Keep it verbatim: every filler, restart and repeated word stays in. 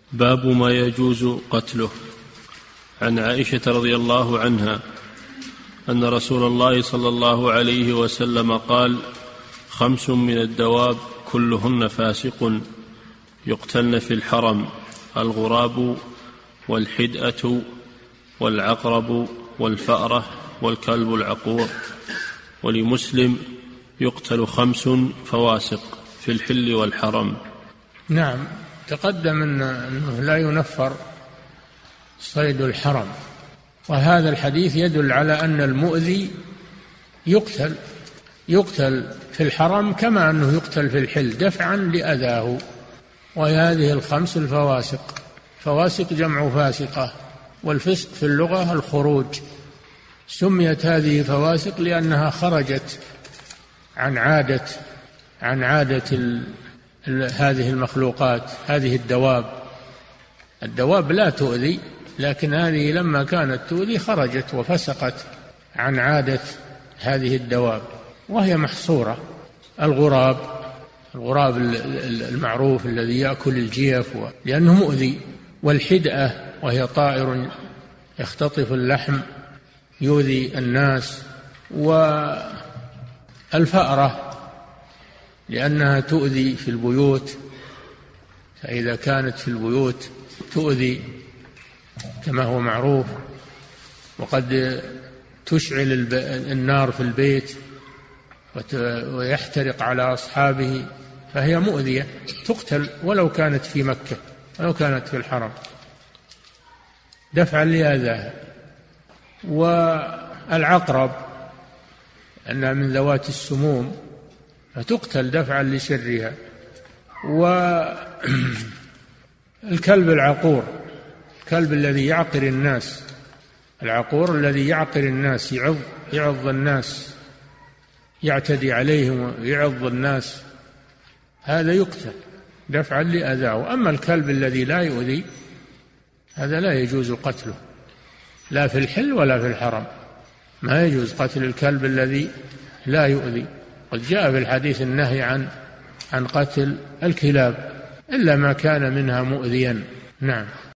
باب ما يجوز قتله. عن عائشة رضي الله عنها أن رسول الله صلى الله عليه وسلم قال: خمس من الدواب كلهن فاسق يقتلن في الحرم: الغراب والحدأة والعقرب والفأرة والكلب العقور. ولمسلم: يقتل خمس فواسق في الحل والحرم. نعم، تقدم أنه لا ينفر صيد الحرم، وهذا الحديث يدل على أن المؤذي يقتل يقتل في الحرم كما أنه يقتل في الحل دفعا لأذاه. وهذه الخمس الفواسق، فواسق جمع فاسقة، والفسق في اللغة الخروج. سميت هذه فواسق لأنها خرجت عن عادة عن عادة ال ال هذه المخلوقات، هذه الدواب. الدواب لا تؤذي، لكن هذه لما كانت تؤذي خرجت وفسقت عن عادة هذه الدواب، وهي محصورة. الغراب الغراب المعروف الذي يأكل الجيف لأنه مؤذي. والحدأة وهي طائر يختطف اللحم يؤذي الناس. والفأرة لأنها تؤذي في البيوت، فإذا كانت في البيوت تؤذي كما هو معروف، وقد تشعل النار في البيت ويحترق على أصحابه، فهي مؤذية تقتل ولو كانت في مكة ولو كانت في الحرم دفعا لأذاها. والعقرب أنها من ذوات السموم فتقتل دفعا لشرها. والكلب العقور، الكلب الذي يعقر الناس، العقور الذي يعقر الناس، يعض يعض الناس، يعتدي عليهم ويعض الناس، هذا يقتل دفعا لأذاه. أما الكلب الذي لا يؤذي هذا لا يجوز قتله، لا في الحل ولا في الحرم. ما يجوز قتل الكلب الذي لا يؤذي. قد جاء في الحديث النهي عن عن قتل الكلاب إلا ما كان منها مؤذيا. نعم.